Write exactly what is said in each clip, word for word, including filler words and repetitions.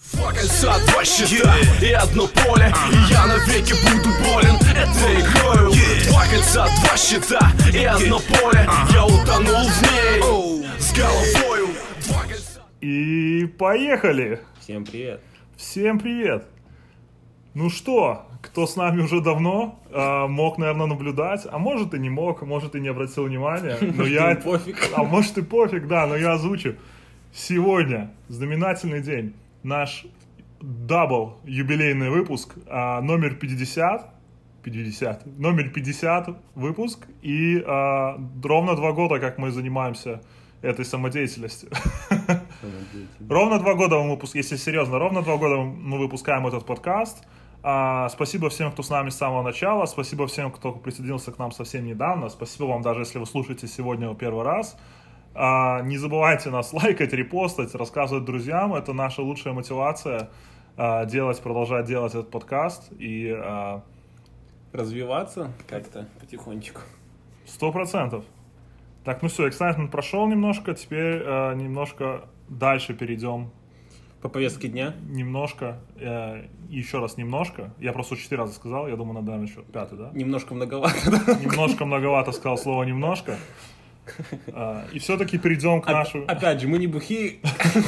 Два кольца, два щита и одно поле, и я навеки буду болен этой игрою. Два кольца, два щита и одно поле, я утонул в ней с головою. Два кольца. И поехали! Всем привет. Всем привет! Ну что, кто с нами уже давно, э, мог, наверное, наблюдать, а может и не мог, может и не обратил внимания, но я... Пофиг. А может и пофиг, да, но я озвучу. Сегодня знаменательный день. Наш дабл юбилейный выпуск, а, номер пятьдесят, пятьдесят, номер пятьдесят выпуск, и а, ровно два года, как мы занимаемся этой самодеятельностью. Ровно два года мы выпускаем, если серьезно, ровно два года мы выпускаем этот подкаст. А, спасибо всем, кто с нами с самого начала, спасибо всем, кто присоединился к нам совсем недавно, спасибо вам, даже если вы слушаете сегодня его первый раз. Uh, не забывайте нас лайкать, репостать, рассказывать друзьям. Это наша лучшая мотивация uh, делать, продолжать делать этот подкаст и uh, развиваться как-то потихонечку. Сто процентов. Так, ну все, эксайтмент прошел немножко, теперь uh, немножко дальше перейдем. По повестке дня? Немножко, uh, еще раз немножко. Я просто четыре раза сказал, я думаю, надо еще пятый, да? Немножко многовато. Немножко многовато сказал слово «немножко». Uh, и все-таки перейдем к нашу... Опять же, мы не бухие.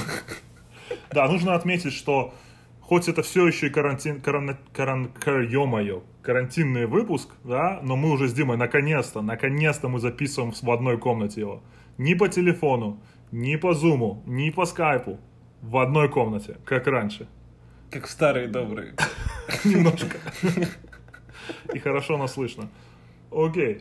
Да, нужно отметить, что хоть это все еще и карантин, каран, каран, кар, ё-моё, карантинный выпуск, да, но мы уже с Димой наконец-то, наконец-то мы записываем в одной комнате его. Ни по телефону, ни по зуму, ни по скайпу. В одной комнате, как раньше. Как в старые добрые. Немножко. И хорошо нас слышно. Окей.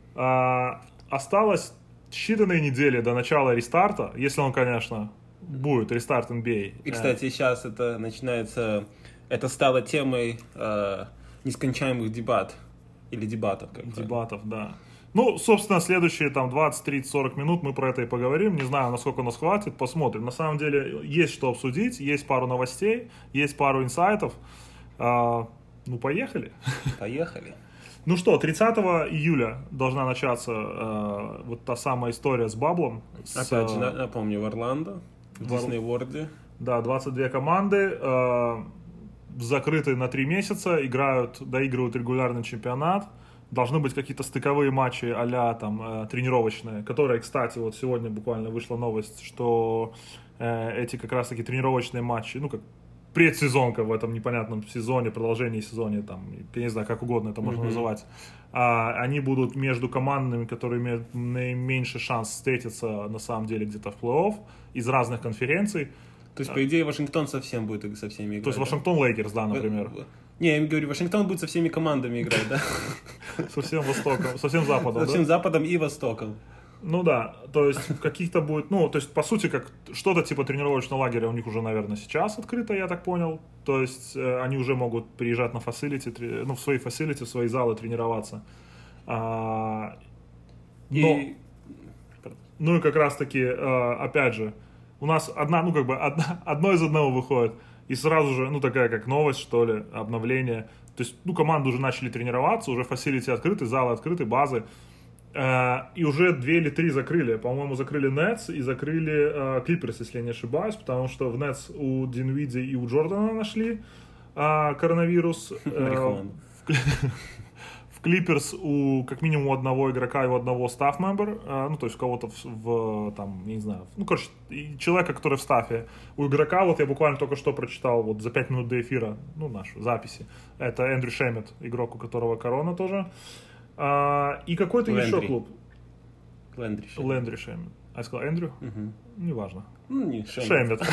Осталось считанные недели до начала рестарта, если он, конечно, будет, рестарт эн би эй. И, кстати, сейчас это начинается, это стало темой э, нескончаемых дебат, или дебатов. Как дебатов, да. Ну, собственно, следующие там двадцать, тридцать, сорок минут мы про это и поговорим. Не знаю, насколько нас хватит, посмотрим. На самом деле, есть что обсудить, есть пару новостей, есть пару инсайтов. А, ну, поехали. Поехали. Ну что, тридцатого июля должна начаться э, вот та самая история с баблом. Опять же, напомню, в Орландо, в Дисней Ворлде. Да, двадцать две команды, э, закрыты на три месяца, играют, доигрывают регулярный чемпионат. Должны быть какие-то стыковые матчи а-ля там э, тренировочные, которые, кстати, вот сегодня буквально вышла новость, что э, эти как раз-таки тренировочные матчи, ну как предсезонка в этом непонятном сезоне, продолжении сезона, там, я не знаю, как угодно это можно mm-hmm. называть, а, они будут между командами, которые имеют наименьший шанс встретиться на самом деле где-то в плей-офф из разных конференций. То есть, по идее, Вашингтон совсем будет со всеми играть. То есть, да? Вашингтон Лейкерс, да, например. Не, я говорю, Вашингтон будет со всеми командами играть, да? Со всем Востоком, со всем Западом, Со всем Западом и Востоком. Ну да, то есть каких-то будет, ну, то есть по сути как что-то типа тренировочного лагеря у них уже, наверное, сейчас открыто, я так понял. То есть э, они уже могут приезжать на фасилити, ну, в свои фасилити, в свои залы тренироваться. А, но, и... Ну и как раз таки, э, опять же, у нас одна, ну как бы одна, одно из одного выходит. И сразу же, ну такая как новость, что ли, обновление. То есть, ну, команды уже начали тренироваться, уже фасилити открыты, залы открыты, базы. Uh, и уже две или три закрыли. По-моему, закрыли Nets и закрыли uh, Clippers, если я не ошибаюсь, потому что в Nets у Динвиди и у Джордана нашли uh, коронавирус. Uh, в, в Clippers у как минимум одного игрока и у одного стаф-мембер, uh, ну, то есть у кого-то в, в, там, я не знаю, ну, короче, человека, который в стафе. У игрока, вот я буквально только что прочитал, вот за пять минут до эфира, ну, нашу записи, это Эндрю Шемет, игрок, у которого корона тоже. А, и какой-то Лендри. еще клуб. Лендри Шемет. Лендри Шемет. А я сказал Эндрю? Угу. Неважно. Ну, не Шемет. Шемет.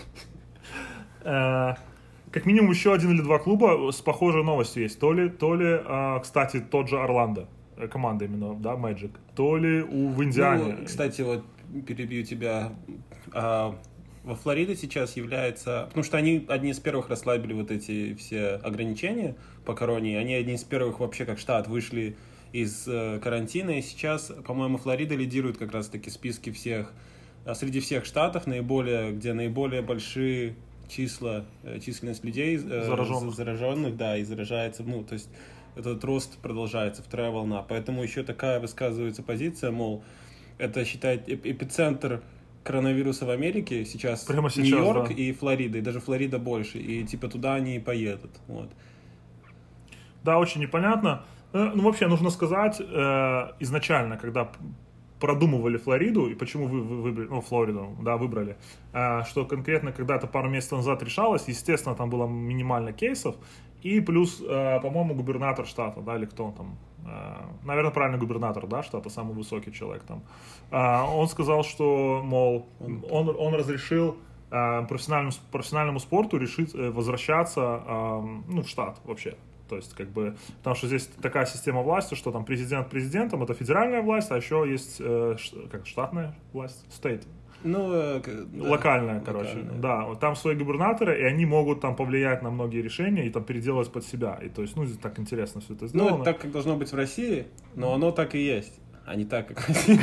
Как минимум еще один или два клуба с похожей новостью есть. То ли, то ли, кстати, тот же Орландо, команда именно, да, Magic, то ли у в Индиане. Ну, кстати, вот перебью тебя. Во Флориде сейчас является... Потому что они одни из первых расслабили вот эти все ограничения по короне. Они одни из первых вообще как штат вышли из э, карантина. И сейчас, по-моему, Флорида лидирует как раз-таки в списке всех, среди всех штатов, наиболее, где наиболее большие числа, э, численность людей э, зараженных. зараженных, да, и заражается. Ну, то есть этот рост продолжается, вторая волна. Поэтому еще такая высказывается позиция, мол, это, считать, эпицентр коронавируса в Америке сейчас, Прямо сейчас, Нью-Йорк да. и Флорида, и даже Флорида больше, и типа туда они и поедут, вот. Да, очень непонятно. Э, Ну, вообще, нужно сказать, э, изначально, когда п- продумывали Флориду, и почему вы, вы выбрали, ну, Флориду, да, выбрали, э, что конкретно когда-то пару месяцев назад решалось, естественно, там было минимально кейсов, и плюс, э, по-моему, губернатор штата, да, или кто он там, э, наверное, правильно, губернатор, да, штата, самый высокий человек там, э, он сказал, что, мол, он, он разрешил э, профессиональному, профессиональному спорту решить э, возвращаться, э, ну, в штат вообще. То есть, как бы, потому что здесь такая система власти, что там президент президентом, это федеральная власть, а еще есть э, ш- как штатная власть, state, Ну, э, к- да, локальная, короче. локальная. Да, вот там свои губернаторы, и они могут там повлиять на многие решения и там переделать под себя. И то есть, ну, здесь так интересно все это Ну, сделано. это так, как должно быть в России, но оно так и есть, а не так, как в России.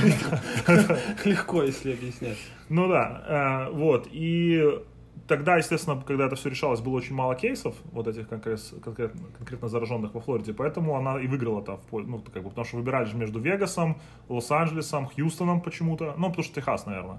Легко, если объяснять. Ну да, э, вот, и тогда, естественно, когда это все решалось, было очень мало кейсов, вот этих конкрет- конкретно, конкретно зараженных во Флориде, поэтому она и выиграла-то, в пол- ну, как бы, потому что выбирали же между Вегасом, Лос-Анджелесом, Хьюстоном почему-то, ну, потому что Техас, наверное.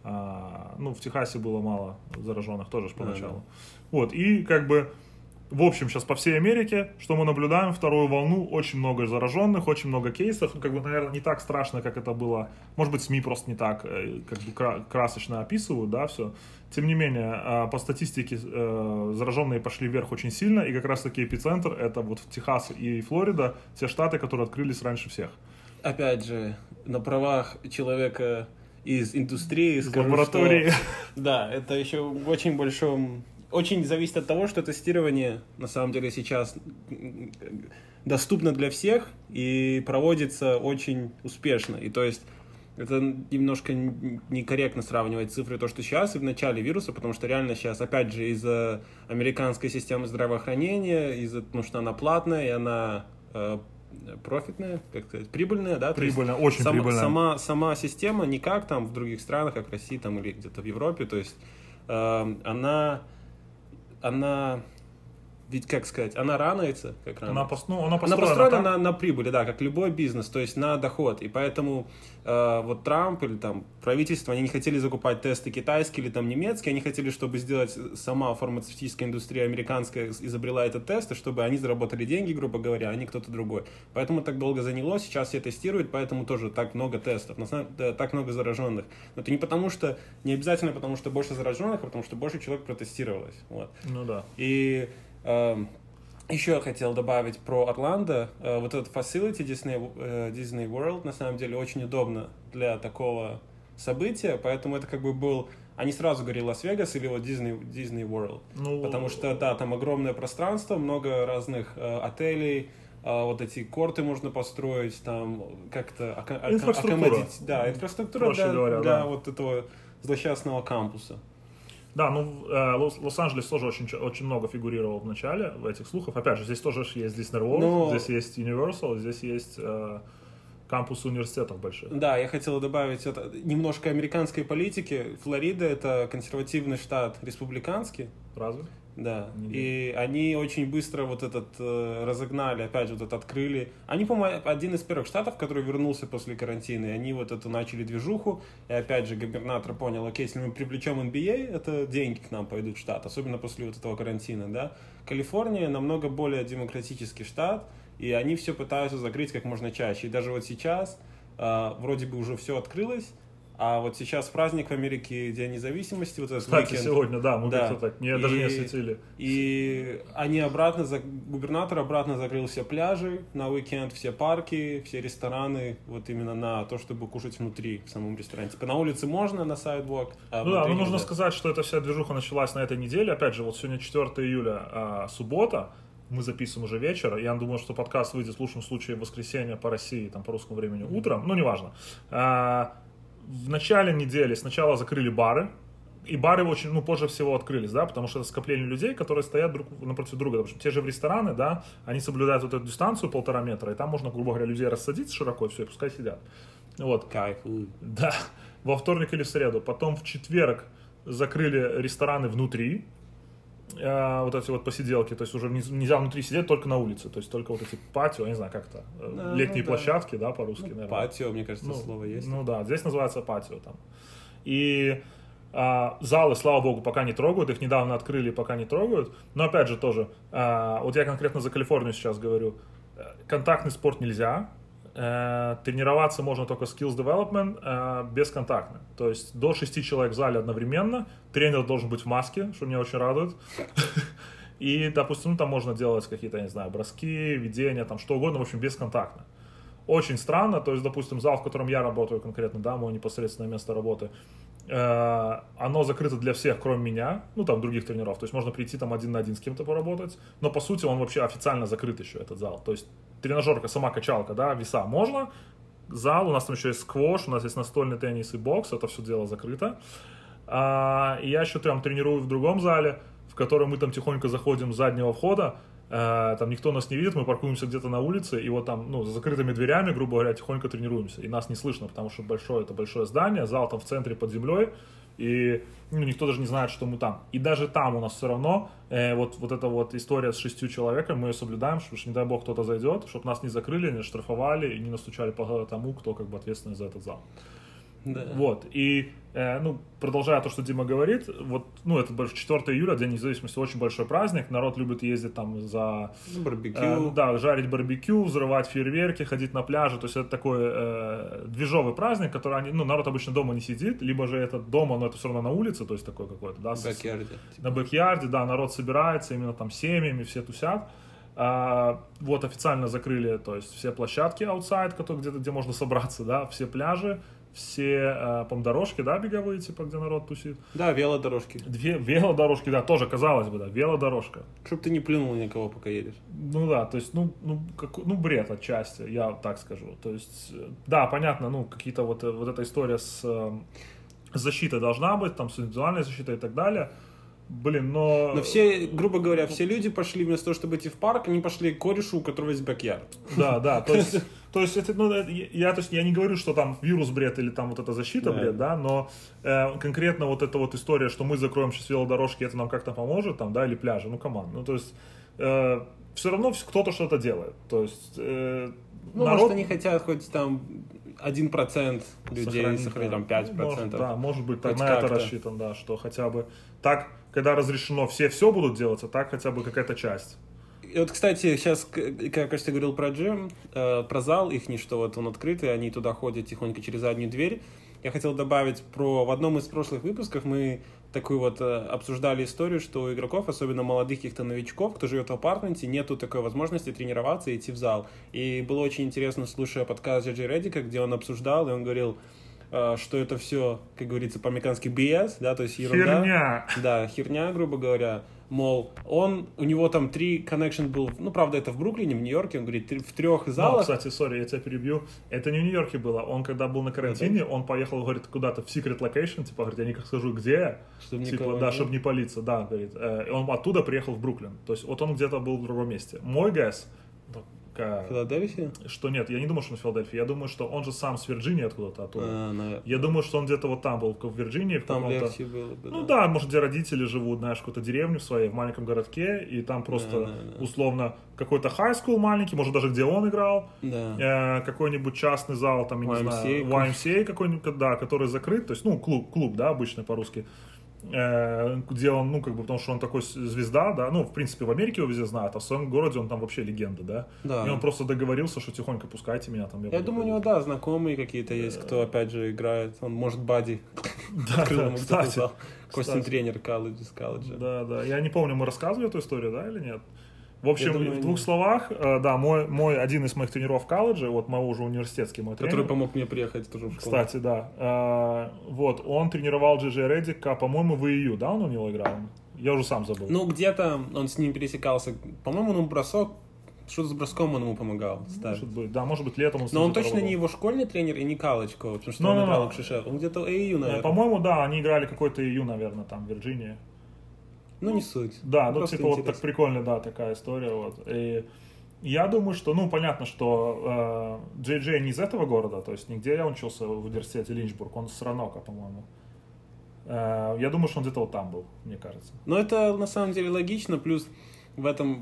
А, ну, в Техасе было мало зараженных тоже ж поначалу. Вот, и как бы, в общем, сейчас по всей Америке, что мы наблюдаем, вторую волну, очень много зараженных, очень много кейсов, ну, как бы, наверное, не так страшно, как это было, может быть, СМИ просто не так, э, как бы, кра- красочно описывают, да, все. Тем не менее, э, по статистике э, зараженные пошли вверх очень сильно, и как раз-таки эпицентр, это вот Техас и Флорида, те штаты, которые открылись раньше всех. Опять же, на правах человека из индустрии Из скажу, лаборатории. что да, это еще в очень большом, очень зависит от того, что тестирование на самом деле сейчас м, доступно для всех и проводится очень успешно. И то есть это немножко н- некорректно сравнивать цифры то, что сейчас и в начале вируса, потому что реально сейчас, опять же, из-за американской системы здравоохранения, из-за того, что она платная и она э, профитная, как сказать, прибыльная, да? То есть Прибыльная, очень сама, прибыльная. Сама, сама система не как там в других странах, как в России там, или где-то в Европе, то есть э, она, она, ведь как сказать, она ранается, как Она, ранается. пос- ну, она Она построена, построена так? на, на прибыли, да, как любой бизнес, то есть на доход. И поэтому э, вот Трамп или там правительство, они не хотели закупать тесты китайские или там немецкие, они хотели, чтобы сделать сама фармацевтическая индустрия американская изобрела этот тест, и чтобы они заработали деньги, грубо говоря, а не кто-то другой. Поэтому так долго занялось, сейчас все тестируют, поэтому тоже так много тестов, на самом- да, так много зараженных. Но это не потому что, не обязательно потому что больше зараженных, а потому что больше человек протестировалось. Вот. Ну да. И э, еще я хотел добавить про Орландо. Э, вот этот facility Disney, э, Disney World на самом деле очень удобно для такого события, поэтому это как бы был... Они сразу говорили Лас-Вегас или вот Disney, Disney World. Ну, Потому что, да, там огромное пространство, много разных э, отелей, э, вот эти корты можно построить, там как-то... ака- ака- Инфраструктура. аккомодить- Да, инфраструктура Проще для, говоря, для да. вот этого злосчастного кампуса. Да, ну э, Лос- Лос-Анджелес тоже очень, ч- очень много фигурировал в начале в этих слухах. Опять же, здесь тоже ж есть Disney World, Но- здесь есть Universal, здесь есть э, кампусы университетов больших. Да, я хотел добавить это, немножко американской политики. Флорида — это консервативный штат, республиканский. Разве? Да, Не и они очень быстро вот этот э, разогнали, опять вот это открыли. Они, по-моему, один из первых штатов, который вернулся после карантина, и они вот эту начали движуху, и опять же губернатор понял, окей, если мы привлечем эн би эй, это деньги к нам пойдут в штат, особенно после вот этого карантина, да. Калифорния намного более демократический штат, и они все пытаются закрыть как можно чаще, и даже вот сейчас э, вроде бы уже все открылось, а вот сейчас праздник в Америке, День независимости, вот этот Кстати, уикенд. сегодня, да, мы Да. как-то так, не, даже не осветили. И они обратно, за- губернатор обратно закрыл все пляжи на уикенд, все парки, все рестораны, вот именно на то, чтобы кушать внутри, в самом ресторане. Типа на улице можно, на сайдвок, а Ну да, внутри но нужно нельзя. сказать, что эта вся движуха началась на этой неделе. Опять же, вот сегодня четвёртого июля, а, суббота, мы записываем уже вечер. Я думаю, что подкаст выйдет в лучшем случае в воскресенье по России, там по русскому времени утром, ну неважно. А, в начале недели сначала закрыли бары, и бары очень, ну, позже всего открылись, да, потому что это скопление людей, которые стоят друг напротив друга. Потому что те же в рестораны, да, они соблюдают вот эту дистанцию полтора метра, и там можно, грубо говоря, людей рассадить широко, и все, и пускай сидят. Вот. Кайф. Да, во вторник или в среду. Потом в четверг закрыли рестораны внутри, э, вот эти вот посиделки, то есть уже не- нельзя внутри сидеть, только на улице, то есть только вот эти патио, я не знаю, как это, э, Да, летние ну да. площадки, да, по-русски, наверное. Патио, мне кажется, Ну, слово есть. Ну да, здесь называется патио там. И а, залы, слава богу, пока не трогают, их недавно открыли, пока не трогают. Но опять же тоже, а, вот я конкретно за Калифорнию сейчас говорю, контактный спорт нельзя. Тренироваться можно только skills development э, бесконтактно. То есть до шести человек в зале одновременно. Тренер должен быть в маске, что меня очень радует. И, допустим, ну, там можно делать какие-то, я не знаю, броски, ведения, там что угодно, в общем, бесконтактно. Очень странно, то есть, допустим, зал, в котором я работаю конкретно, да, мое непосредственное место работы, э, оно закрыто для всех, кроме меня, ну, там, других тренеров. То есть можно прийти там один на один с кем-то поработать, но, по сути, он вообще официально закрыт еще, этот зал. То есть тренажерка, сама качалка, да, веса можно, зал, у нас там еще есть сквош, у нас есть настольный теннис и бокс, это все дело закрыто. А, и я еще там тренирую в другом зале, в который мы там тихонько заходим с заднего входа, а, там никто нас не видит, мы паркуемся где-то на улице, и вот там, ну, с закрытыми дверями, грубо говоря, тихонько тренируемся, и нас не слышно, потому что большое, это большое здание, зал там в центре под землей, и ну, никто даже не знает, что мы там. И даже там у нас все равно э, вот, вот эта вот история с шестью человеками, мы ее соблюдаем, чтобы, не дай бог, кто-то зайдет, чтобы нас не закрыли, не штрафовали и не настучали по тому, кто как бы ответственный за этот зал. Да. Вот, и, э, ну, продолжая то, что Дима говорит, вот, ну, это четвёртого июля, День независимости, очень большой праздник, народ любит ездить там за... Барбекю. Э, да, жарить барбекю, взрывать фейерверки, ходить на пляже, то есть это такой э, движовый праздник, который, они, ну, народ обычно дома не сидит, либо же это дома, но это все равно на улице, то есть такой какой-то, да. Бэк-ярде. На бэк-ярде, да, народ собирается именно там семьями, все тусят. А, вот официально закрыли, то есть все площадки outside, которые где-то, где можно собраться, да, все пляжи, все, э, по-моему, дорожки, да, беговые, типа, где народ тусит. Да, велодорожки. Две велодорожки, да, тоже, казалось бы, да, велодорожка. Чтоб ты не плюнул никого, пока едешь. Ну да, то есть, ну, ну, как, ну бред отчасти, я так скажу. То есть, да, понятно, ну, какие-то вот, вот эта история с, э, с защитой должна быть, там, с индивидуальной защитой и так далее. Блин, но... Но все, грубо говоря, все люди пошли вместо того, чтобы идти в парк, они пошли к корешу, у которого есть бэк-ярд. Да, да, то есть, то есть, это, ну, я, то есть, я не говорю, что там вирус бред или там вот эта защита да. бред, да, но э, конкретно вот эта вот история, что мы закроем сейчас велодорожки, это нам как-то поможет, там, да, или пляжи, ну, команд, ну, то есть, э, все равно кто-то что-то делает, то есть, э, ну, народ... может, они хотят хоть там один процент людей сохранить, сохранить там пять процентов. Может, да, может быть, так, на это рассчитан, да, что хотя бы так, когда разрешено, все все будут делать, а так хотя бы какая-то часть. И вот, кстати, сейчас, как кажется, говорил про джим, э, про зал их, что вот он открытый, они туда ходят тихонько через заднюю дверь. Я хотел добавить про... В одном из прошлых выпусков мы такую вот э, обсуждали историю, что у игроков, особенно молодых каких-то новичков, кто живет в апартменте, нету такой возможности тренироваться и идти в зал. И было очень интересно, слушая подкаст Джей Джей Реддика, где он обсуждал, и он говорил, э, что это все, как говорится, по-американски би эс, да, то есть ерунда. Херня. Да, херня, грубо говоря. Мол, он, у него там три connection был, ну, правда, это в Бруклине, в Нью-Йорке, он говорит, в трех залах. Ну, кстати, сори, я тебя перебью, это не в Нью-Йорке было, он когда был на карантине, он поехал, говорит, куда-то в secret location, типа, говорит, я не скажу, где, чтобы типа, да, чтобы не палиться, да, говорит, и он оттуда приехал в Бруклин, то есть, вот он где-то был в другом месте. Мой гэс, Филадельфия? Что нет, я не думаю, что он в Филадельфии. Я думаю, что он же сам с Вирджинии откуда-то оттуда. А, ну, я думаю, что он где-то вот там был, в Вирджинии. В там легче было бы, Ну да. да, может, где родители живут, знаешь, в какой-то деревне в своей, в маленьком городке, и там просто, да, да, да. условно, какой-то high school маленький, может, даже где он играл, да. э, какой-нибудь частный зал, там, я не уай эм си эй, знаю, уай эм си эй какой-нибудь, да, который закрыт, то есть, ну, клуб, клуб, да, обычный по-русски. Где он, ну, как бы, потому что он такой звезда, да, ну, в принципе, в Америке его везде знают, а в своем городе он там вообще легенда, да, да. И он просто договорился, что тихонько пускайте меня там. Я, я думаю, ходить. У него, да, знакомые какие-то есть, кто, опять же, играет, он, может, Бадди, да, да, кстати, Костин тренер колледжа, с колледжа. Да, да, я не помню, мы рассказывали эту историю, да, или нет? В общем, думаю, в двух нет. словах, да, мой, мой один из моих тренеров в колледже, вот моего уже университетский мой тренер. Который помог мне приехать тоже в школу. Кстати, да. Вот, он тренировал Джей Джей Реддика, по-моему, в и ю, да, он у него играл? Я уже сам забыл. Ну, где-то он с ним пересекался. По-моему, он бросок, что-то с броском он ему помогал ставить. Может быть, да, может быть, летом он с ним Но он точно работал. не его школьный тренер и не колледж, потому что no, он no, играл no. в Шишер. Он где-то и ю, наверное. По-моему, да, они играли какой-то и ю, наверное, там, в Вирджинии. Ну, не суть. Да, ну, просто типа, интересно. Вот так прикольно, да, такая история, вот. И я думаю, что, ну, понятно, что э, Джей Джей не из этого города, то есть нигде я учился в университете Линчбург, он с Ронока, по-моему. Э, я думаю, что он где-то вот там был, мне кажется. Но это, на самом деле, логично, плюс в этом,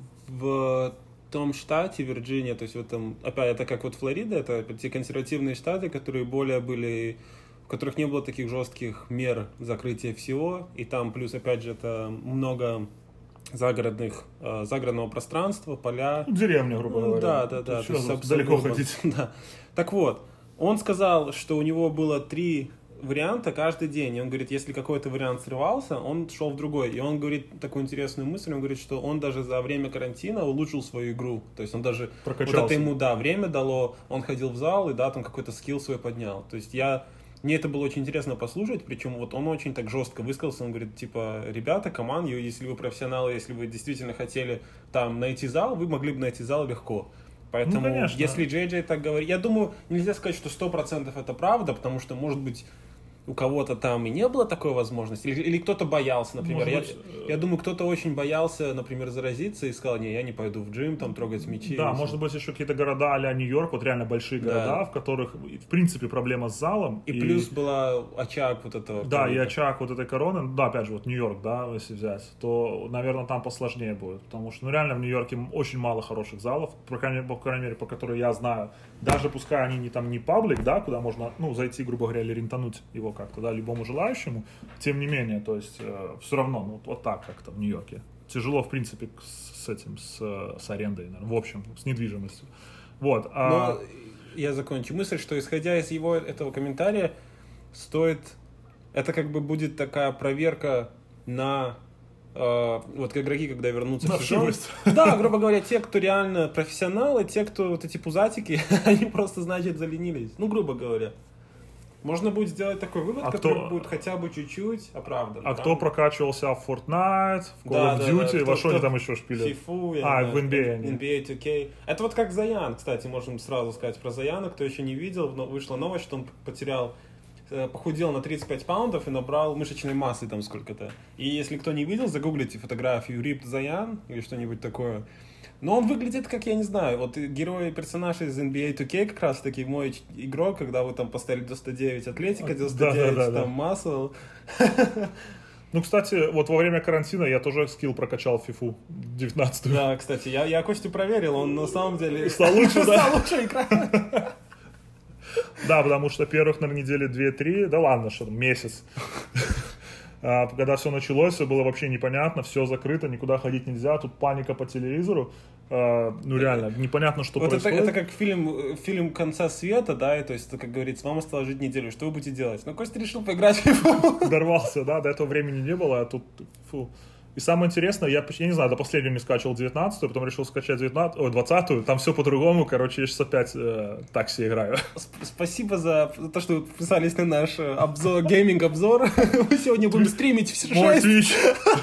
в том штате, Вирджиния, то есть в этом, опять, это как вот Флорида, это те консервативные штаты, которые более были которых не было таких жестких мер закрытия всего, и там плюс, опять же, это много загородных, э, загородного пространства, поля. Деревня, грубо говоря. Да, да, да. То есть, далеко ходить. Да. Так вот, он сказал, что у него было три варианта каждый день. И он говорит, если какой-то вариант срывался, он шел в другой. И он говорит такую интересную мысль, он говорит, что он даже за время карантина улучшил свою игру. То есть он даже... Прокачался. Вот это ему, да, время дало, он ходил в зал и, да, там какой-то скилл свой поднял. То есть я... Мне это было очень интересно послушать, причем вот он очень так жестко высказался, он говорит, типа, ребята, команда, если вы профессионалы, если вы действительно хотели там найти зал, вы могли бы найти зал легко. Поэтому, ну, если Джей Джей так говорит, я думаю, нельзя сказать, что сто процентов это правда, потому что, может быть, у кого-то там и не было такой возможности, или, или кто-то боялся, например. Я, быть, я думаю, кто-то очень боялся, например, заразиться и сказал, не, я не пойду в джим, там, трогать мячи. Да, может быть, еще какие-то города а-ля Нью-Йорк, вот реально большие города, да. в которых, в принципе, проблема с залом. И, и плюс была очаг вот этого. Да, короны. И очаг вот этой короны, да, опять же, вот Нью-Йорк, да, если взять, то, наверное, там посложнее будет, потому что, ну, реально в Нью-Йорке очень мало хороших залов, по крайней, по крайней мере, по которым я знаю, даже пускай они не там не паблик, да, куда можно, ну, зайти, грубо говоря, или рентануть его как-то, да, любому желающему, тем не менее, то есть э, все равно, ну, вот так как-то в Нью-Йорке. Тяжело, в принципе, с, с этим, с, с арендой, наверное, в общем, с недвижимостью. Вот. А... Но я закончу мысль, что исходя из его этого комментария, стоит, это как бы будет такая проверка на э, вот игроки, когда вернутся на в сезон. вшивость. Да, грубо говоря, те, кто реально профессионалы, те, кто вот эти пузатики, они просто, значит, заленились. Ну, грубо говоря. Можно будет сделать такой вывод, а который кто... будет хотя бы чуть-чуть оправдан. А да? кто прокачивался в Fortnite, в Call да, of да, Duty, да, во что кто... они там еще шпилят? FIFA, а, знаю, в эн би эй. эн би эй ту кей. Это вот как Заян, кстати, можем сразу сказать про Заяна. Кто еще не видел, вышла новость, что он потерял, похудел на тридцать пять паундов и набрал мышечной массы там сколько-то. И если кто не видел, загуглите фотографию Ripped Заян или что-нибудь такое. Но он выглядит, как, я не знаю, вот герой, персонаж из эн би эй ту кей как раз таки мой игрок, когда вы там поставили девяносто девять атлетика, девяносто девять да, да, да, там да. масл. Ну, кстати, вот во время карантина я тоже скилл прокачал в фифу девятнадцатую. Да, кстати, я, я Костю проверил, он на самом деле... Стал лучше, да? Стал лучше играть. Да, потому что первых, наверное, недели две-три, да ладно, что там, месяц. Когда все началось, все было вообще непонятно, все закрыто, никуда ходить нельзя, тут паника по телевизору, ну реально, непонятно, что вот происходит. Это, это как фильм, фильм «Конца света», да, и то есть, как говорится, мама стала жить неделю, что вы будете делать? Ну, Костя решил поиграть в фифу. Дорвался, да, до этого времени не было, а тут, фу. И самое интересное, я, я не знаю, до последнего не скачивал девятнадцатую, потом решил скачать девятнадцатую, ой, двадцатую, там все по-другому, короче, я сейчас опять э, такси играю. Спасибо за то, что вы подписались на наш обзор, гейминг-обзор. Мы сегодня будем стримить все Мой Twitch.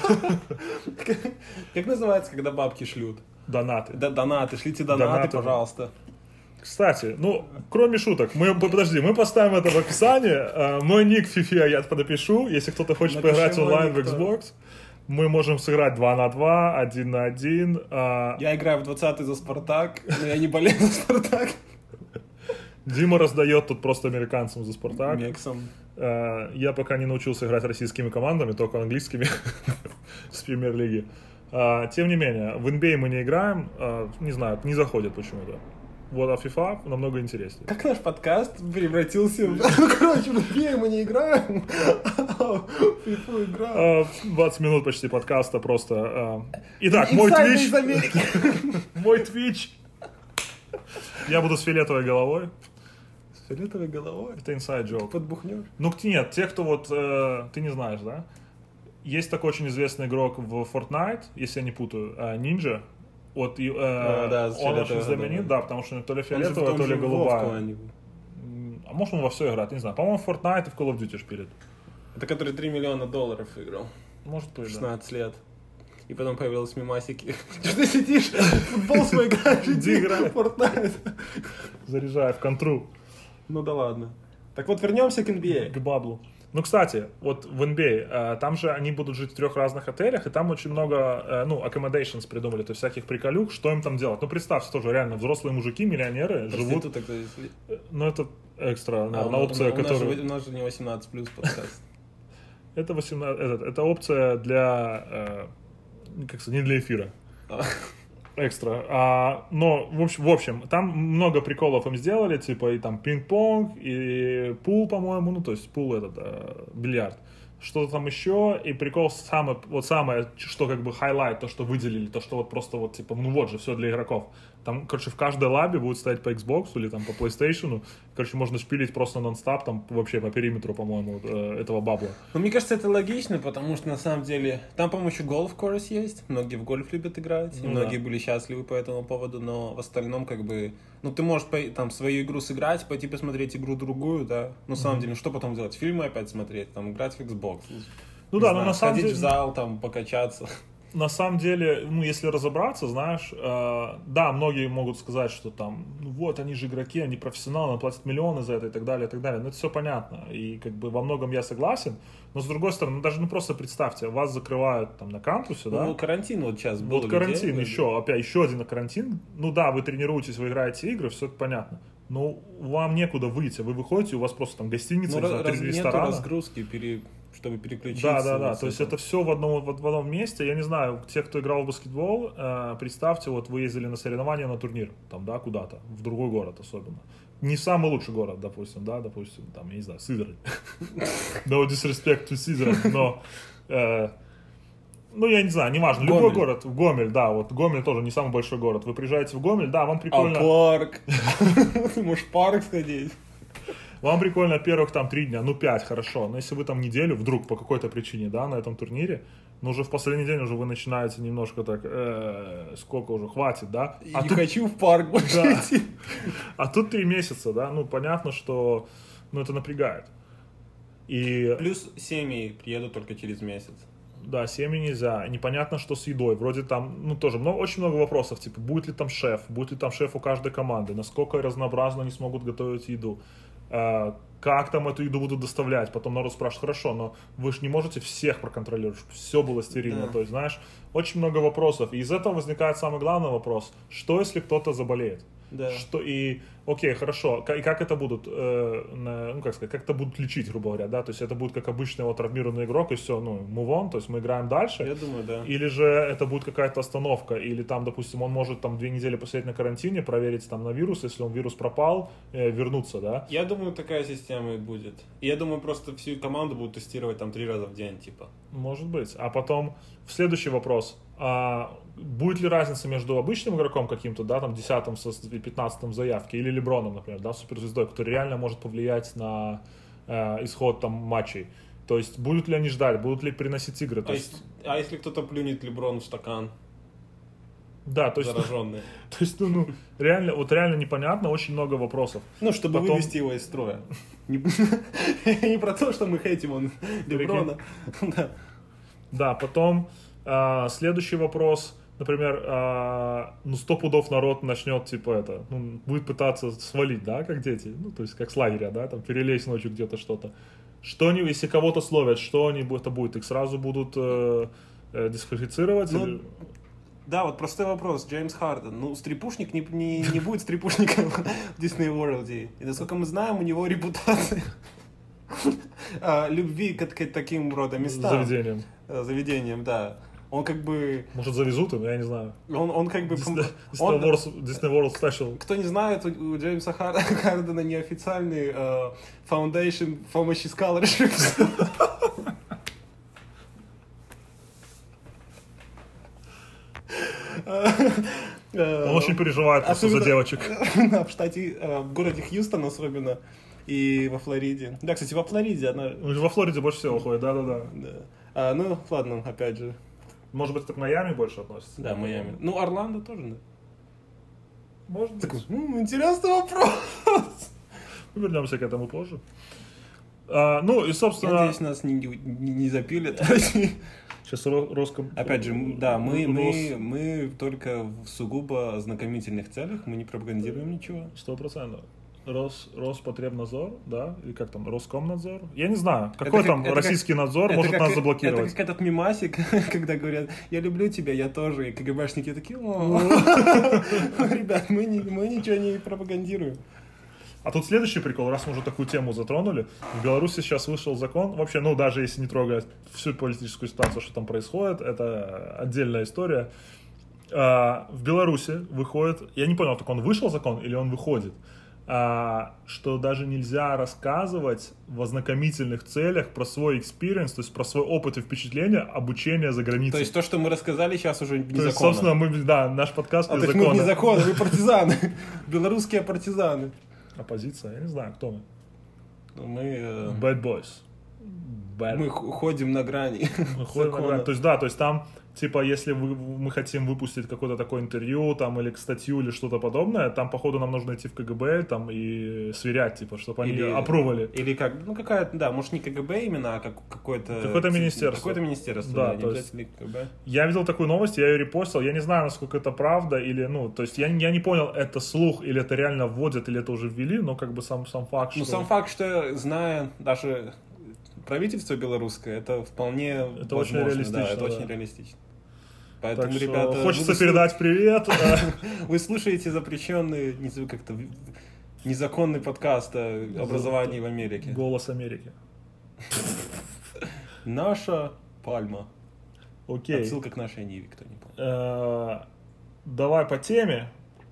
Как называется, когда бабки шлют? Донаты. Да, донаты, шлите донаты, донаты, пожалуйста. Кстати, ну, кроме шуток, мы, подожди, мы поставим это в описании. Мой ник в фифе я подопишу, если кто-то хочет Напиши поиграть онлайн в Xbox. Мы можем сыграть два на два, один на один. А... Я играю в двадцатый за Спартак, но я не болею за Спартак. Дима раздает тут просто американцам за Спартак. Мексам. А, я пока не научился играть российскими командами, только английскими с премьер-лиги. А, тем не менее, в эн би эй мы не играем, а, не знаю, не заходит почему-то. Вот, а FIFA намного интереснее. Как наш подкаст превратился в... Ну, короче, в эн би эй мы не играем, а в FIFA играем. двадцать минут почти подкаста просто. Итак, мой Twitch. Мой Twitch. Я буду с фиолетовой головой. С фиолетовой головой? Это inside joke. Подбухнешь? Ну, нет, те, кто вот... Ты не знаешь, да? Есть такой очень известный игрок в Fortnite, если я не путаю, Ninja. Вот, и, э, а, да, он очень знаменит, да, да, потому что то ли фиолетовая, то ли голубая. А может он во все играет, не знаю. По-моему, в Fortnite и в Call of Duty шпилит. Это который три миллиона долларов выиграл. Может быть, шестнадцать да. лет. И потом появились мемасики. Что ты сидишь, футбол свой играешь, иди играй в Fortnite. Заряжай в контру. Ну да ладно. Так вот, вернемся к эн би эй. К баблу. Ну, кстати, вот в эн би эй, э, там же они будут жить в трех разных отелях, и там очень много, э, ну, accommodations придумали, то есть всяких приколюк, что им там делать. Ну, представьте, тоже реально взрослые мужики, миллионеры, живут... Ну, это экстра, наверное, а, опция, у, которая... У нас, же, у нас же не восемнадцать плюс подкаст. Это восемнадцать, это опция для, э, как сказать, не для эфира. Экстра. А, но, в общем, в общем, там много приколов им сделали, типа и там пинг-понг, и пул, по-моему, ну, то есть пул этот, а, бильярд. Что-то там еще, и прикол самое, вот самое, что как бы хайлайт, то, что выделили, то, что вот просто вот, типа, ну вот же, все для игроков. Там, короче, в каждой лабе будет стоять по Xbox или там по PlayStation, короче, можно шпилить просто нон-стоп, там вообще по периметру, по-моему, этого бабла. Ну, мне кажется, это логично, потому что, на самом деле, там, по-моему, еще Golf Course есть, многие в гольф любят играть, ну, и многие да. были счастливы по этому поводу, но в остальном, как бы, ну, ты можешь там свою игру сыграть, пойти посмотреть игру другую, да, но, на самом mm-hmm. деле, ну, что потом делать? Фильмы опять смотреть, там, играть в Xbox. Ну не да, знаю, но на самом деле... Ходить в зал, там, покачаться. На самом деле, ну, если разобраться, знаешь, э, да, многие могут сказать, что там, ну вот, они же игроки, они профессионалы, они платят миллионы за это и так далее, и так далее. Но это все понятно, и как бы во многом я согласен, но с другой стороны, ну, даже, ну, просто представьте, вас закрывают там на кампусе, да? Ну, карантин вот сейчас был. Вот карантин, людей, еще, опять, еще один карантин. Ну да, вы тренируетесь, вы играете игры, все это понятно. Но вам некуда выйти, вы выходите, у вас просто там гостиница, ну, раз, ресторана. Нету разгрузки, пере... чтобы переключиться. Да, да, да, то есть это все в одном, в, в одном месте. Я не знаю, те, кто играл в баскетбол, э, представьте, вот вы ездили на соревнования, на турнир, там, да, куда-то, в другой город особенно. Не самый лучший город, допустим, да, допустим, там, я не знаю, Сызрань. No disrespect to Сызрань, но... Ну, я не знаю, неважно, любой город, в Гомель, да, вот Гомель тоже не самый большой город. Вы приезжаете в Гомель, да, вам прикольно... А парк? Ты можешь в парк сходить? Вам прикольно первых там три дня, ну пять, хорошо. Но если вы там неделю, вдруг по какой-то причине, да, на этом турнире, ну уже в последний день уже вы начинаете немножко так, э, сколько уже, хватит, да? А не тут... хочу в парк больше да. идти. А тут три месяца, да, ну понятно, что, ну это напрягает. И... Плюс семьи приедут только через месяц. Да, семьи нельзя. Непонятно, что с едой. Вроде там, ну тоже много, очень много вопросов. Типа, будет ли там шеф, будет ли там шеф у каждой команды, насколько разнообразно они смогут готовить еду, э, как там эту еду будут доставлять. Потом народ спрашивает, хорошо, но вы же не можете всех проконтролировать, чтобы все было стерильно. Да. То есть, знаешь, очень много вопросов. И из этого возникает самый главный вопрос. Что, если кто-то заболеет? Да. Что, и, окей, хорошо, и как это будут, э, на, ну, как сказать, как это будут лечить, грубо говоря, да, то есть это будет как обычный вот травмированный игрок, и все, ну, move on, то есть мы играем дальше. Я думаю, да. Или же это будет какая-то остановка, или там, допустим, он может там две недели посидеть на карантине, проверить там на вирус, если он вирус пропал, э, вернуться, да. Я думаю, такая система и будет. Я думаю, просто всю команду будут тестировать там три раза в день, типа. Может быть. А потом, следующий вопрос. А, будет ли разница между обычным игроком каким-то, да, там, десятым со пятнадцатым заявки, или Леброном, например, да, суперзвездой, который реально может повлиять на э, исход там матчей? То есть, будут ли они ждать, будут ли приносить игры? То а, есть... если, а если кто-то плюнет Леброну в стакан? Да, то есть, зараженный. То есть, ну, ну, реально, вот реально непонятно, очень много вопросов. Ну, чтобы Потом... вывести его из строя. Не про то, что мы хейтим он Леброна. Да, потом следующий вопрос. Например, э, ну, сто пудов народ начнет, типа, это, ну, будет пытаться свалить, да, как дети, ну, то есть, как с лагеря, да, там, перелезть ночью где-то что-то. Что они, если кого-то словят, что они, это будет? Их сразу будут э, э, дисквалифицировать? Ну, или... Да, вот простой вопрос, Джеймс Харден, ну, стрипушник не, не, не будет стрипушником в Disney World, и, насколько мы знаем, у него репутация любви к таким рода местам. Заведением. Заведением, да. Он как бы... Может, завезут им, я не знаю. Он, он как бы... Disney, он, Disney, World, Disney World Special. Кто не знает, у, у Джеймса Хардена неофициальный uh, Foundation помощи scholarships. Он очень переживает просто за девочек. В штате, в городе Хьюстон особенно. И во Флориде. Да, кстати, во Флориде она... Во Флориде больше всего ходит, да-да-да. Да. А, ну, ладно, опять же. Может быть, это к Майами больше относится? Да, Майами. Ну, Орландо тоже, да. Может быть. Так, ну, интересный вопрос. Мы вернемся к этому позже. А, ну, и, собственно... Я надеюсь, нас не, не, не запилят. Сейчас Роском... Опять же, да, мы, мы, мы только в сугубо ознакомительных целях, мы не пропагандируем ничего. Сто процентов. Рос, Роспотребнадзор, да, или как там, Роскомнадзор, я не знаю, какой это там как, российский как, надзор может как, нас заблокировать. Это как этот мемасик, когда говорят, я люблю тебя, я тоже, и КГБшники такие, о, ребят, мы ничего не пропагандируем. А тут следующий прикол, раз мы уже такую тему затронули, в Беларуси сейчас вышел закон, вообще, ну, даже если не трогать всю политическую ситуацию, что там происходит, это отдельная история. А, в Беларуси выходит, я не понял, так он вышел закон или он выходит, а, что даже нельзя рассказывать в ознакомительных целях про свой experience, то есть про свой опыт и впечатления обучения за границей. То есть то, что мы рассказали, сейчас уже незаконно. То есть, собственно, мы, да, наш подкаст а вне так закона. мы вне закона, мы партизаны. Белорусские партизаны. Оппозиция, я не знаю, кто мы. Мы... э, Bad boys. Bad. Мы х- ходим на грани. Мы ходим на закона. грани. То есть, да, то есть там, типа, если вы, мы хотим выпустить какое-то такое интервью, там, или статью, или что-то подобное, там, походу, нам нужно идти в КГБ, там, и сверять, типа, чтобы они Или- опрували. Или как, ну какая-то, да, может не КГБ именно, а как, какое-то... Какое-то министерство. Какое-то министерство, Да, да, не то есть- обязательно КГБ. Я видел такую новость, я ее репостил, я не знаю, насколько это правда, или, ну, то есть, я, я не понял, это слух, или это реально вводят, или это уже ввели, но, как бы, сам, сам факт, что... Ну сам факт, что зная даже правительство белорусское, это вполне Это возможно, очень да, реалистично, это да. очень реалистично. Поэтому, Так что ребята, хочется вы слу- передать привет. э, Вы слушаете запрещенный, не знаю, как-то в- незаконный подкаст о образовании в Америке. Голос Америки. Наша пальма. Окей. Отсылка к нашей Ниве, кто не помнит. Э, Давай по теме.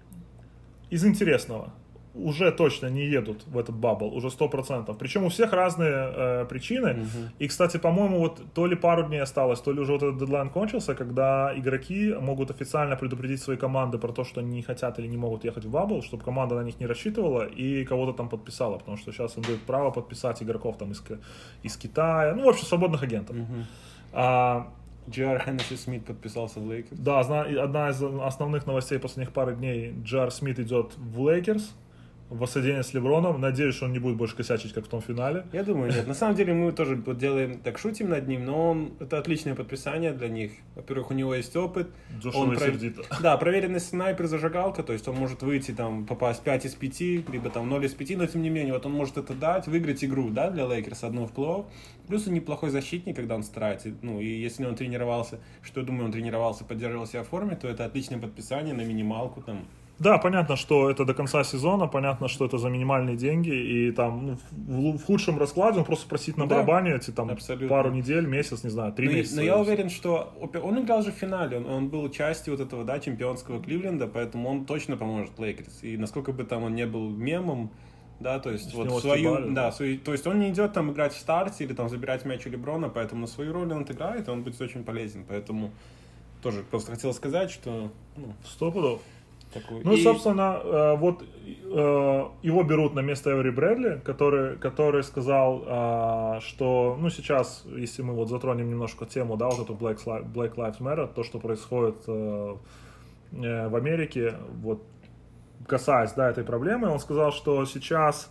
Из интересного. Уже точно не едут в этот бабл, уже сто процентов. Причем у всех разные э, причины. Мгм. И, кстати, по-моему, вот то ли пару дней осталось, то ли уже вот этот дедлайн кончился, когда игроки могут официально предупредить свои команды про то, что они не хотят или не могут ехать в бабл, чтобы команда на них не рассчитывала и кого-то там подписала, потому что сейчас им дают право подписать игроков там из, Ки- из Китая, ну, в общем, свободных агентов. Мгм. А, Джей Ар Хеннесси Смит подписался в Лейкерс. да, зна- и одна из основных новостей последних пары дней: Джей Ар Смит идет в Лейкерс, в воссоединение с Леброном. Надеюсь, что он не будет больше косячить, как в том финале. Я думаю, нет. На самом деле мы тоже вот делаем, так шутим над ним, но он, это отличное подписание для них. Во-первых, у него есть опыт. Дешево Он и про- сердито. Да, проверенный снайпер-зажигалка, то есть он может выйти, там, попасть пять из пяти, либо там ноль из пяти, но тем не менее, вот он может это дать, выиграть игру, да, для Лейкерс одну в плей-офф. Плюс он неплохой защитник, когда он старается, ну, и если он тренировался, что я думаю, он тренировался, поддерживал себя в форме, то это отличное подписание на минималку, там. Да, понятно, что это до конца сезона, понятно, что это за минимальные деньги, и там ну, в, лу- в худшем раскладе он просто просит на Да, барабане эти там абсолютно. пару недель, месяц, не знаю, три Но, и- месяца. но я уверен, что опе- он играл же в финале, он, он был частью вот этого, да, чемпионского Кливленда, поэтому он точно поможет Лейкерс. И насколько бы там он не был мемом, да, то есть С вот него свою, стебали, да, да. свою, то есть он не идет там играть в старте или там забирать мяч у Леброна, поэтому на свою роль он отыграет, и он будет очень полезен, поэтому тоже просто хотел сказать, что ну, Сто пудов. такой. Ну, И- собственно, э, вот э, его берут на место Эвери Брэдли, который, который сказал, э, что, ну, сейчас, если мы вот затронем немножко тему, да, вот эту Black, Li- Black Lives Matter, то, что происходит э, э, в Америке, вот, касаясь, да, этой проблемы, он сказал, что сейчас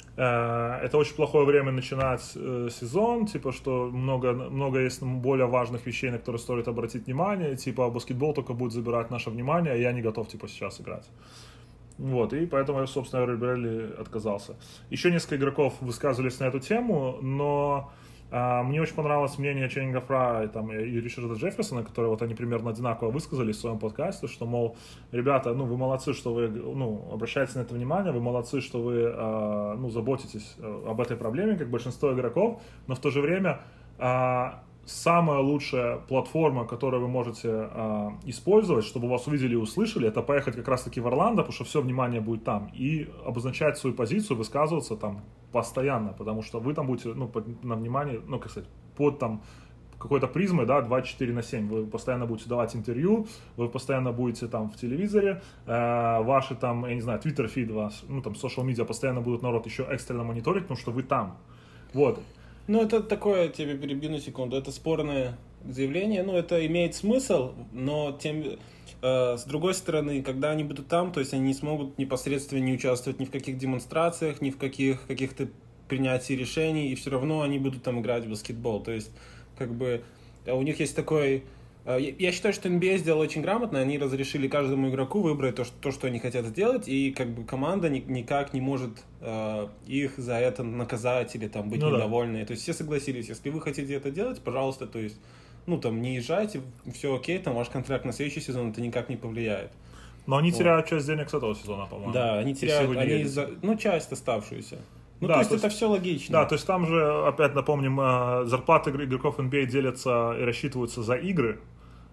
э, это очень плохое время начинать э, сезон, типа, что много, много есть более важных вещей, на которые стоит обратить внимание, типа, баскетбол только будет забирать наше внимание, а я не готов, типа, сейчас играть. Вот, и поэтому, собственно, Эвери Брэдли отказался. Еще несколько игроков высказывались на эту тему, но а, мне очень понравилось мнение Ченнинга Фра и, там, и Ричарда Джефферсона, которые вот они примерно одинаково высказались в своем подкасте, что, мол, ребята, ну, вы молодцы, что вы, ну, обращаете на это внимание, вы молодцы, что вы, а, ну, заботитесь об этой проблеме, как большинство игроков, но в то же время а, самая лучшая платформа, которую вы можете э, использовать, чтобы вас увидели и услышали, это поехать как раз-таки в Орландо, потому что все внимание будет там, и обозначать свою позицию, высказываться там постоянно, потому что вы там будете, ну, под, на внимание, ну, как сказать, под там какой-то призмой, да, двадцать четыре на семь, вы постоянно будете давать интервью, вы постоянно будете там в телевизоре, э, ваши там, я не знаю, твиттер-фид вас, ну, там, социал-медиа постоянно будут народ еще экстренно мониторить, потому что вы там, вот. Ну, это такое, тебе перебью на секунду, это спорное заявление, ну, это имеет смысл, но тем, э, с другой стороны, когда они будут там, то есть они не смогут непосредственно не участвовать ни в каких демонстрациях, ни в каких каких-то принятии решений, и все равно они будут там играть в баскетбол, то есть, как бы, у них есть такой... Я считаю, что эн би эй сделал очень грамотно, они разрешили каждому игроку выбрать то, что, то, что они хотят сделать, и как бы команда ни, никак не может э, их за это наказать или там быть ну, недовольны. да. То есть все согласились, если вы хотите это делать, пожалуйста, то есть, ну там не езжайте, все окей, там ваш контракт на следующий сезон это никак не повлияет. Но они вот. теряют часть денег с этого сезона, по-моему. Да, они теряют, они за, ну часть оставшуюся. Ну, да, то есть то это есть, все логично. Да, то есть там же, опять напомним, зарплаты игроков эн би эй делятся и рассчитываются за игры.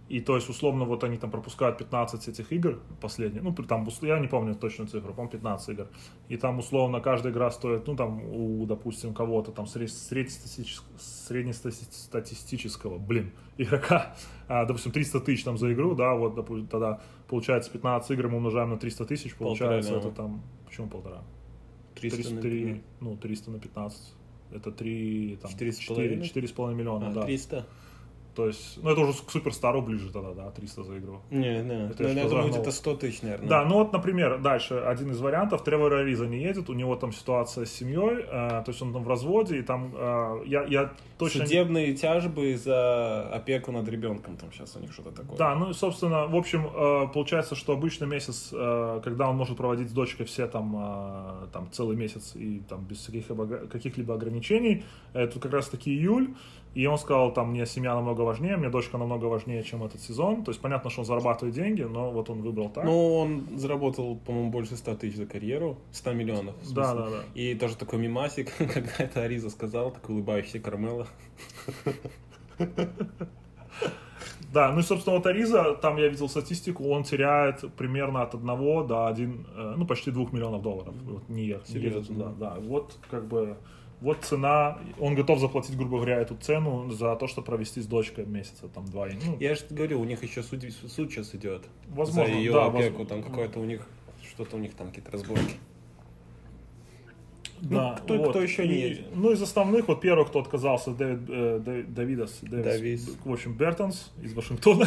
И то есть, условно, вот они там пропускают пятнадцать этих игр последних, ну, там, я не помню точную цифру, по-моему, пятнадцать игр. И там, условно, каждая игра стоит, ну, там, у, допустим, кого-то там среднестатистического, среднестатистического, блин, игрока, а, допустим, триста тысяч там за игру, да, вот, допустим, тогда получается пятнадцать игр, мы умножаем на триста тысяч, получается, полтора, это да. Там, почему полтора? триста три, ну, триста на пятнадцать, это три, там, четыре с половиной миллиона, а, да. триста. То есть, ну, это уже к Суперстару ближе тогда, да, триста за игру. Не, не, это, я думаю, где-то сто тысяч, наверное. Да, ну вот, например, дальше, один из вариантов, Тревор Ариза не едет, у него там ситуация с семьей, э, то есть он там в разводе, и там, э, я, я точно... Судебные тяжбы за опеку над ребенком, там сейчас у них что-то такое. Да, ну и, собственно, в общем, э, получается, что обычно месяц, э, когда он может проводить с дочкой все там, э, там целый месяц и там без каких-либо, каких-либо ограничений, это как раз-таки июль. И он сказал, там, мне семья намного важнее, мне дочка намного важнее, чем этот сезон. То есть, понятно, что он зарабатывает деньги, но вот он выбрал так. Ну, он заработал, по-моему, больше ста тысяч за карьеру, сто миллионов. Да, да, да. И тоже такой мемасик, когда это Ариза сказал, такой улыбающийся Кармело. Да, ну и, собственно, вот Ариза, там я видел статистику, он теряет примерно от одного до один, ну, почти двух миллионов долларов. Вот не ехал. Серьезно? Да, да. Вот, как бы... Вот цена, он готов заплатить, грубо говоря, эту цену за то, чтобы провести с дочкой месяца, там, два. Ну, я же говорю, у них еще суд, суд сейчас идет. Возможно, за ее да, опеку, воз... там какое-то у них, что-то у них там какие-то разборки. Да, ну, кто, вот. кто еще не и, едет? Ну, из основных, вот первый, кто отказался, Дэвид, э, Давидас, Дэвис, Давис. В общем, Бертонс из Вашингтона.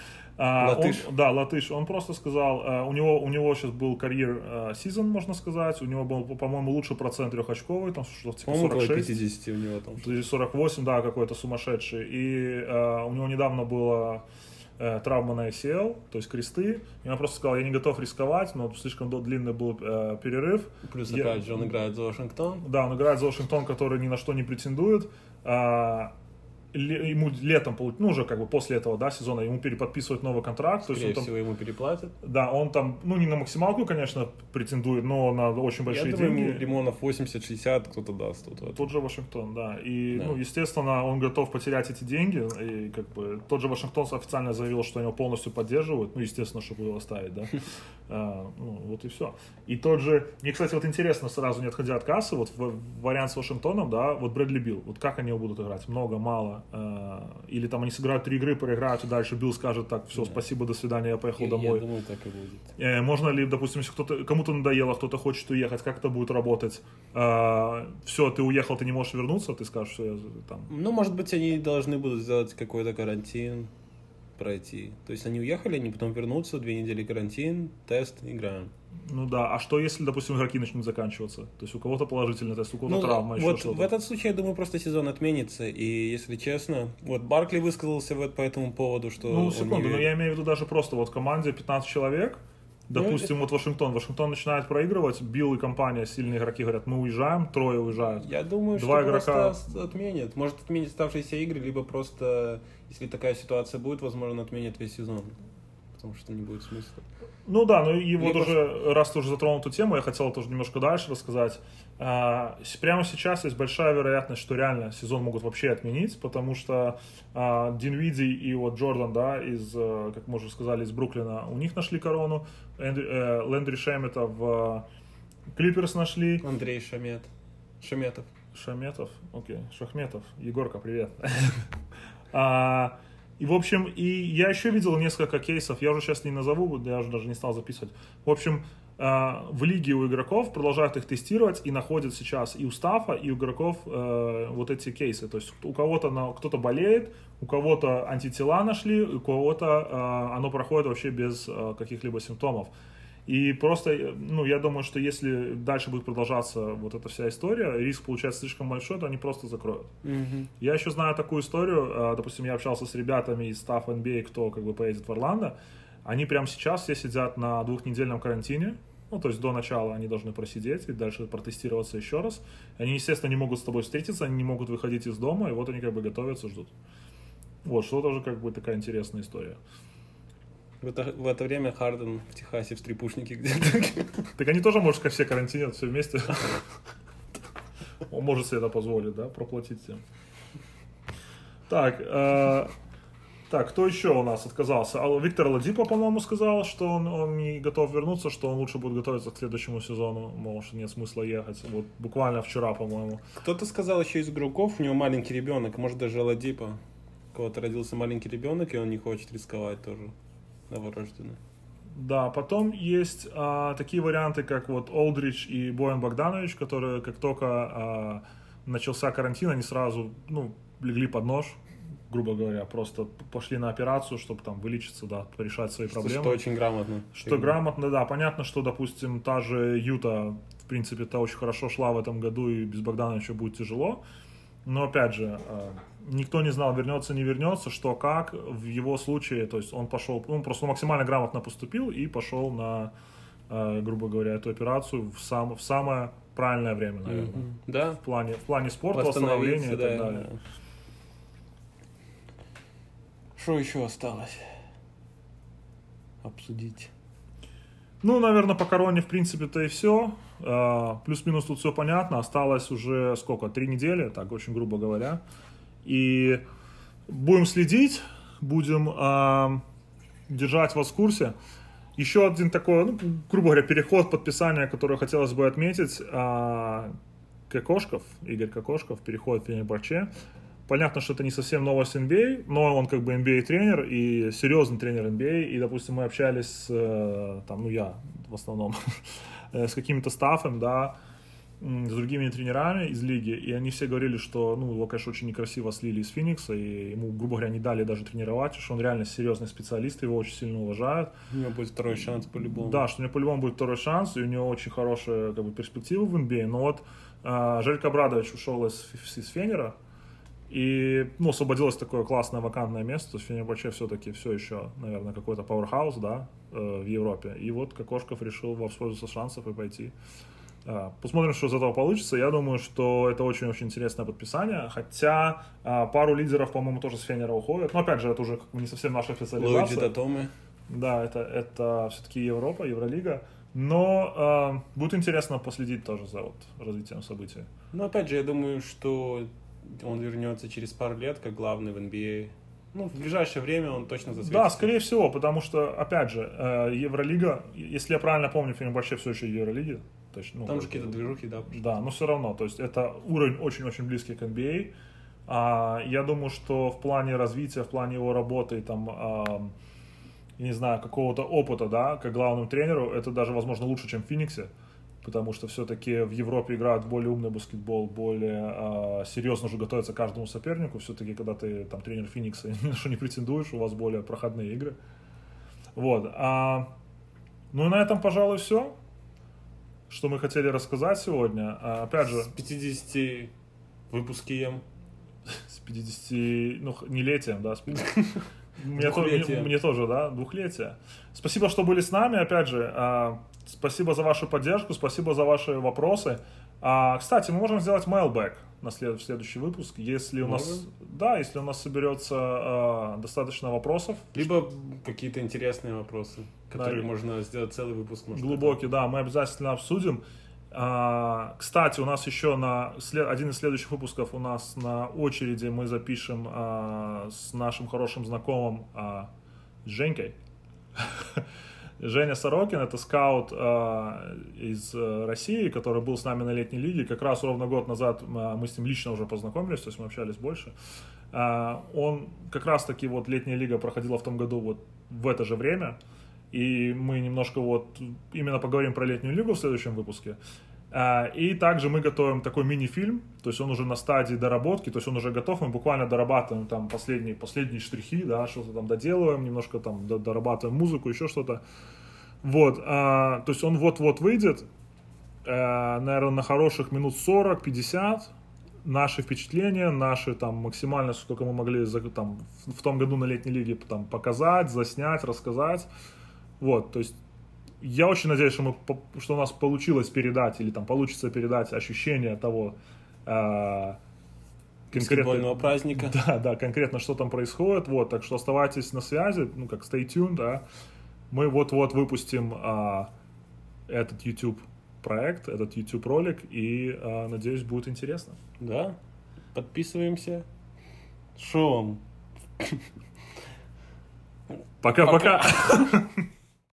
Латыш. Он, да, латыш. Он просто сказал, у него, у него сейчас был карьер сезон, можно сказать, у него был, по-моему, лучший процент трехочковый, там что-то типа сорок шесть. пятьдесят у него там. сорок восемь, да, какой-то сумасшедший. И uh, у него недавно была uh, травма на эй си эл, то есть кресты. И он просто сказал, я не готов рисковать, но слишком длинный был uh, перерыв. Плюс, я... опять же, он играет за Вашингтон. Да, он играет за Вашингтон, который ни на что не претендует. Uh, ему летом, ну уже как бы после этого, да, сезона, ему переподписывают новый контракт. Скорее то есть он всего, там, ему переплатят. Да, он там, ну не на максималку, конечно, претендует, но на очень большие Я деньги. думаю, ему лимонов восемьдесят-шестьдесят кто-то даст. Вот Тот же Вашингтон, да. И, да. ну, естественно, он готов потерять эти деньги. И как бы тот же Вашингтон официально заявил, что его полностью поддерживают. Ну, естественно, чтобы его оставить, да. а, ну, вот и все. И тот же, мне, кстати, вот интересно, сразу не отходя от кассы, вот вариант с Вашингтоном, да, вот Брэдли Билл, вот как они его будут играть? Много, мало? Или там они сыграют три игры, проиграют, и дальше Билл скажет, так, все, да. спасибо, до свидания, я поехал я, домой. Я думаю, так и будет. Э, можно ли, допустим, если кто-то, кому-то надоело, кто-то хочет уехать, как это будет работать? Э, все, ты уехал, ты не можешь вернуться, ты скажешь, что я там... Ну, может быть, они должны будут сделать какой-то карантин, пройти. То есть они уехали, они потом вернутся, две недели карантин, тест, играем. Ну да, а что если, допустим, игроки начнут заканчиваться? То есть у кого-то положительный тест, у кого-то ну, травма, еще вот что-то. В этот случай, я думаю, просто сезон отменится. И если честно, вот Баркли высказался по этому поводу, что... Ну, секунду, не... но я имею в виду даже просто вот в команде пятнадцать человек, допустим, ну, вот Вашингтон. Вашингтон начинает проигрывать, Билл и компания, сильные игроки говорят, мы уезжаем, трое уезжают. Я думаю, Два что игрока... просто отменят. Может отменить оставшиеся игры, либо просто, если такая ситуация будет, возможно, отменят весь сезон. Потому что не будет смысла. Ну да, ну и вот Либо... уже, раз ты уже затронул эту тему, я хотел тоже немножко дальше рассказать. А, прямо сейчас есть большая вероятность, что реально сезон могут вообще отменить, потому что а, Динвиди и вот Джордан, да, из, как мы уже сказали, из Бруклина, у них нашли корону, Эндри, э, Лэндри Шемета в Клиперс нашли. Андрей Шамет. Шаметов. Шаметов, окей, Шахметов. Егорка, привет. И, в общем, и я еще видел несколько кейсов, я уже сейчас не назову, я уже даже не стал записывать. В общем, в лиге у игроков продолжают их тестировать и находят сейчас и у стафа, и у игроков вот эти кейсы. То есть у кого-то кто-то болеет, у кого-то антитела нашли, у кого-то оно проходит вообще без каких-либо симптомов. И просто, ну, я думаю, что если дальше будет продолжаться вот эта вся история, риск получается слишком большой, то они просто закроют. Mm-hmm. Я еще знаю такую историю, допустим, я общался с ребятами из стаффа эн би эй, кто как бы поедет в Орландо, они прямо сейчас все сидят на двухнедельном карантине, ну, то есть до начала они должны просидеть и дальше протестироваться еще раз. Они, естественно, не могут с тобой встретиться, они не могут выходить из дома, и вот они как бы готовятся, ждут. Вот, что тоже как бы такая интересная история. В это, в это время Харден в Техасе в стрипушнике где-то. Так они тоже, может, как все карантинят, все вместе. Он может себе это позволить, да, проплатить всем. Так, Так, кто еще у нас отказался? А Виктор Ладипо, по-моему, сказал, что он, он не готов вернуться, что он лучше будет готовиться к следующему сезону, мол, что нет смысла ехать. Вот буквально вчера, по-моему. Кто-то сказал еще из игроков, у него маленький ребенок, может даже Ладипо. У кого-то родился маленький ребенок, и он не хочет рисковать тоже, новорожденный. Да, потом есть а, такие варианты, как вот Олдрич и Боян Богданович, которые как только а, начался карантин, они сразу, ну, легли под нож, грубо говоря, просто пошли на операцию, чтобы там вылечиться, да, порешать свои что, проблемы. Что очень грамотно. Что грамотно, да. Понятно, что, допустим, та же Юта, в принципе-то очень хорошо шла в этом году, и без Богдановича будет тяжело. Но, опять же, никто не знал, вернется, не вернется, что, как. В его случае, то есть он пошел, он просто максимально грамотно поступил и пошел на, грубо говоря, эту операцию в, сам, в самое правильное время, наверное. Mm-hmm. Да. В плане, в плане спорта, восстановления и да, так далее. Да. Что еще осталось обсудить? Ну, наверное, по короне, в принципе-то и все. Плюс-минус тут все понятно. Осталось уже сколько? Три недели, так очень грубо говоря. И будем следить, будем э, держать вас в курсе. Еще один такой, ну, грубо говоря, переход, подписание, которое хотелось бы отметить. Э, Кокошков, Игорь Кокошков переходит в Фенербахче. Понятно, что это не совсем новость эн би эй, но он как бы эн би эй-тренер и серьезный тренер эн би эй. И, допустим, мы общались с, там, ну я в основном, с каким-то стафом, да, с другими тренерами из лиги, и они все говорили, что, ну, его, конечно, очень некрасиво слили из Феникса, и ему, грубо говоря, не дали даже тренировать, что он реально серьезный специалист, его очень сильно уважают. У него будет второй шанс по-любому. Да, что у него по-любому будет второй шанс, и у него очень хорошая, как бы, перспектива в эн би эй. Но вот э, Желько Обрадович ушел из, из Фенера, и, ну, освободилось такое классное вакантное место, то есть Фенербахче все-таки все еще, наверное, какой-то пауэрхаус, да, э, в Европе. И вот Кокошков решил воспользоваться шансов и пойти. Э, посмотрим, что из этого получится. Я думаю, что это очень-очень интересное подписание, хотя э, пару лидеров, по-моему, тоже с Фенера уходят. Но, опять же, это уже как бы не совсем наша специализация. Луиджи Татоме. Да, это, это все-таки Европа, Евролига. Но э, будет интересно последить тоже за вот развитием событий. Но, опять же, я думаю, что он вернется через пару лет как главный в эн би эй. Ну, в ближайшее время он точно засветится. Да, скорее всего, потому что, опять же, Евролига, если я правильно помню, Фенербахче все еще в Евролиге. То есть, ну, там же какие-то движухи, да. Да, но все равно, то есть это уровень очень-очень близкий к эн би эй. А, я думаю, что в плане развития, в плане его работы, там, а, я не знаю, какого-то опыта, да, как главному тренеру, это даже, возможно, лучше, чем в Фениксе. Потому что все-таки в Европе играют более умный баскетбол, более э, серьезно уже готовятся к каждому сопернику. Все-таки, когда ты там тренер Феникса, ни на что не претендуешь, у вас более проходные игры. Вот. А, ну и на этом, пожалуй, все, что мы хотели рассказать сегодня. А, опять же... С пятидесятым выпускием. С пятидесятым, ну, не летием, да, с пятидесятым. Мне, то, мне, мне тоже, да, двухлетие. Спасибо, что были с нами, опять же. А, спасибо за вашу поддержку, спасибо за ваши вопросы. А, кстати, мы можем сделать mailback на след, в следующий выпуск, если у можем? нас, да, если у нас соберется а, достаточно вопросов. Либо какие-то интересные вопросы, которые да, можно сделать целый выпуск. Может, глубокий, да, мы обязательно обсудим. А, кстати, у нас еще на след, один из следующих выпусков у нас на очереди мы запишем а, с нашим хорошим знакомым а, Женькой. Женя Сорокин, это скаут э, из э, России, который был с нами на летней лиге. Как раз ровно год назад э, мы с ним лично уже познакомились, то есть мы общались больше. Э, он как раз таки вот летняя лига проходила в том году вот в это же время. И мы немножко вот именно поговорим про летнюю лигу в следующем выпуске. Э, и также мы готовим такой мини-фильм, то есть он уже на стадии доработки, то есть он уже готов, мы буквально дорабатываем там последние, последние штрихи, да, что-то там доделываем, немножко там дорабатываем музыку, еще что-то. Вот, а, то есть он вот-вот выйдет, а, наверное, на хороших минут сорок-пятьдесят. Наши впечатления, наши там максимально, сколько мы могли там, в том году на летней лиге там, показать, заснять, рассказать. Вот, то есть я очень надеюсь, что, мы, что у нас получилось передать или там получится передать ощущение того, а, баскетбольного праздника. Да, да, конкретно, что там происходит. Вот, так что оставайтесь на связи, ну как stay tuned, да. Мы вот-вот выпустим а, этот YouTube проект, этот YouTube ролик, и а, надеюсь, будет интересно. Да, подписываемся. Шо вам? Пока-пока.